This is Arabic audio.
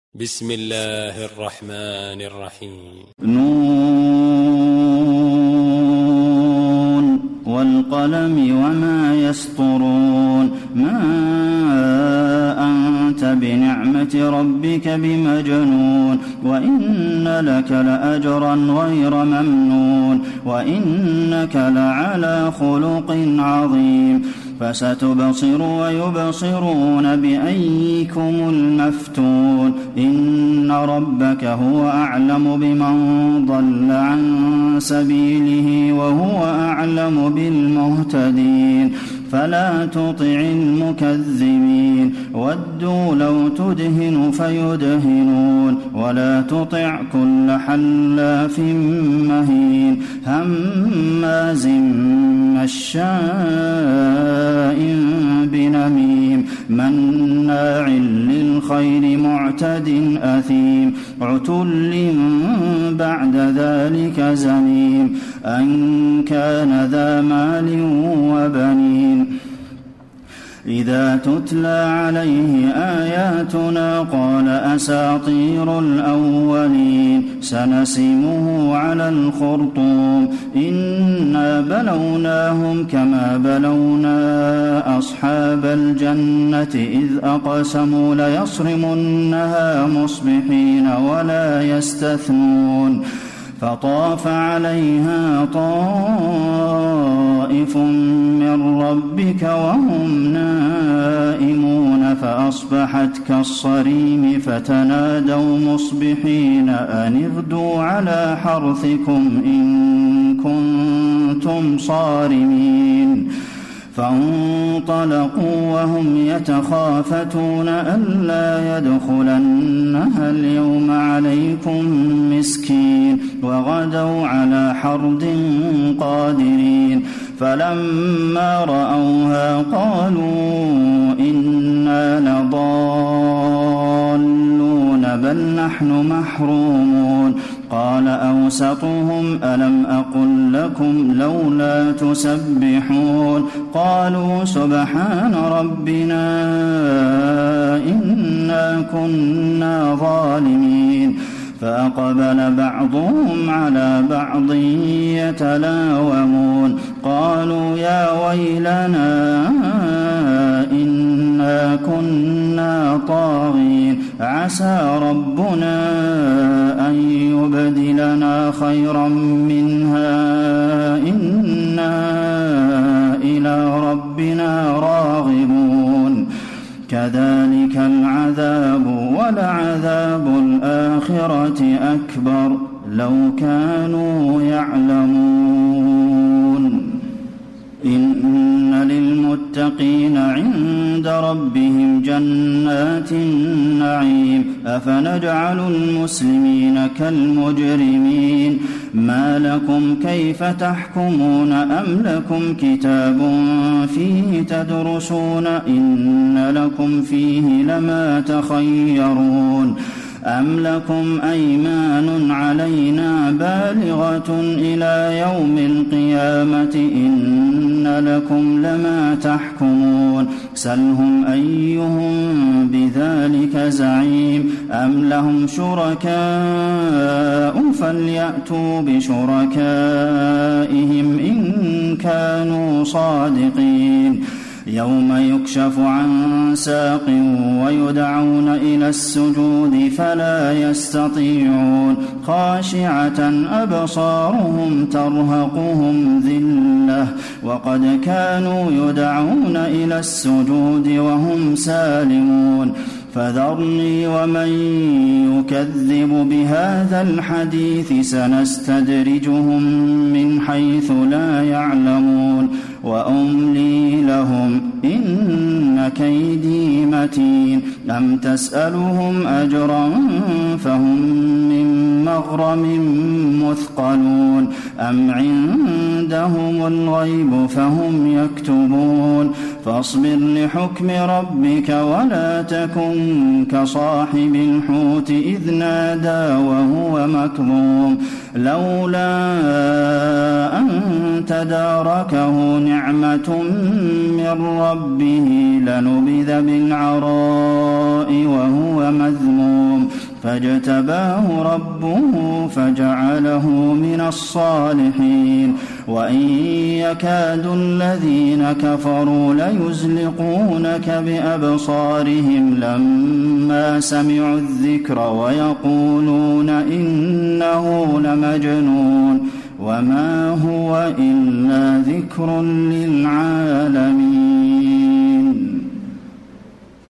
بسم الله الرحمن الرحيم. نون والقلم وما يسطرون ما أنت بنعمة ربك بمجنون وإن لك لأجرا غير ممنون وإنك لعلى خلق عظيم فستبصر ويبصرون بأيكم المفتون إن ربك هو أعلم بمن ضل عن سبيله وهو أعلم بالمهتدين فلا تطع المكذبين ودوا لو تدهن فيدهنون ولا تطع كل حلاف مهين هماز مشاء بنميم مناع للخير معتد أثيم عتل بعد ذلك زنيم أن كان ذا مال وبنين إذا تتلى عليه آياتنا قال أساطير الأولين سنسمه على الخرطوم إنا بلوناهم كما بلونا أصحاب الجنة إذ أقسموا ليصرمنها مصبحين ولا يستثنون فطاف عليها طائف من ربك وهم نائمون فأصبحت كالصريم فتنادوا مصبحين أن اغدوا على حرثكم إن كنتم صارمين فانطلقوا وهم يتخافتون ألا يدخلنها اليوم عليكم مسكين وغدوا على حرد قادرين فلما رأوها قالوا إنا لضالون بل نحن محرومون قال أوسطهم ألم أقل لكم لولا تسبحون قالوا سبحان ربنا إنا كنا ظالمين فأقبل بعضهم على بعض يتلاومون قالوا يا ويلنا إنا كنا طاغين عسى ربنا أن يبدلنا خيرا منها إنا إلى ربنا راغبون كذلك العذاب ولعذاب الآخرة أكبر لو كانوا يعلمون إن للمتقين عند ربهم جنات النعيم أفنجعل المسلمين كالمجرمين ما لكم كيف تحكمون أم لكم كتاب فيه تدرسون إن لكم فيه لما تخيرون أم لكم أيمان علينا بالغة إلى يوم القيامة إن لكم لما تحكمون سلهم أيهم بذلك زعيم أم لهم شركاء فليأتوا بشركائهم إن كانوا صادقين يوم يكشف عن ساق ويدعون إلى السجود فلا يستطيعون خاشعة أبصارهم ترهقهم ذلة وقد كانوا يدعون إلى السجود وهم سالمون فذرني ومن يكذب بهذا الحديث سنستدرجهم من حيث لا يعلمون وأملي لهم إن كيدي متين أم تسألهم أجرا فهم من مغرم مثقلون أم عندهم الغيب فهم يكتبون فاصبر لحكم ربك ولا تكن كصاحب الحوت إذ نادى وهو مكظوم لولا أن تداركه نعمة من ربه لنبذ بالعراء وهو مذموم فاجتباه ربه فجعله من الصالحين وإن يكاد الذين كفروا ليزلقونك بأبصارهم لما سمعوا الذكر ويقولون إنه لمجنون وما هو إلا ذكر للعالمين